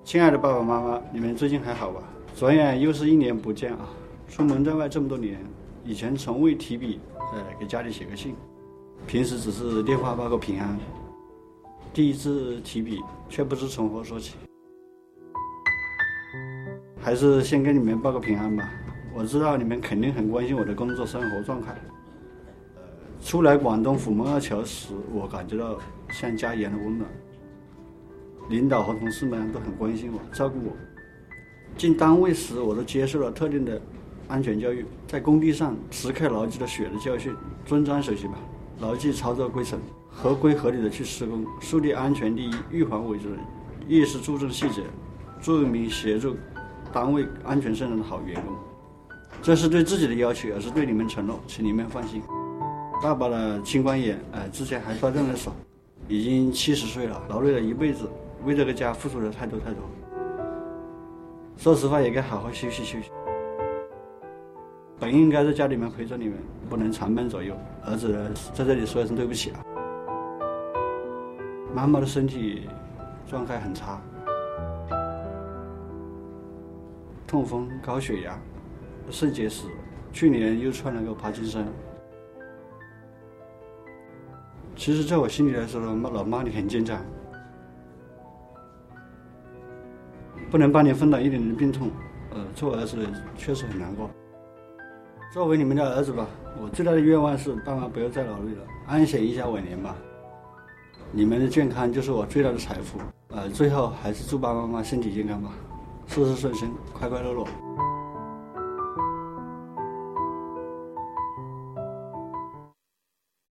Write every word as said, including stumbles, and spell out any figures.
亲爱的爸爸妈妈，你们最近还好吧？转眼又是一年不见啊！出门在外这么多年，以前从未提笔，呃，给家里写个信，平时只是电话报个平安。第一次提笔，却不知从何说起。还是先跟你们报个平安吧。我知道你们肯定很关心我的工作生活状态。呃，初来广东虎门二桥时，我感觉到像家一样的温暖。领导和同事们都很关心我，照顾我。进单位时，我都接受了特定的安全教育，在工地上时刻牢记了血的教训，遵章守习吧，牢记操作规程，合规合理的去施工，树立安全第一、预防为主任，遇事注重细节，做一名协助单位安全胜任的好员工。这是对自己的要求，也是对你们承诺，请你们放心。爸爸的青光眼，呃，之前还抓证人手，已经七十岁了，劳累了一辈子，为这个家付出了太多太多。说实话，也该好好休息休息。本应该在家里面陪着你们，不能常伴左右。儿子在这里说一声对不起啊。妈妈的身体状态很差，痛风、高血压、肾结石，去年又患了个帕金森。其实在我心里来说，老妈你很坚强，不能帮你分担一点点病痛，呃，做儿子的确实很难过。作为你们的儿子吧，我最大的愿望是爸妈不要再劳累了，安享一下晚年吧。你们的健康就是我最大的财富，呃，最后还是祝爸爸妈妈身体健康吧，事事顺心，快快乐乐。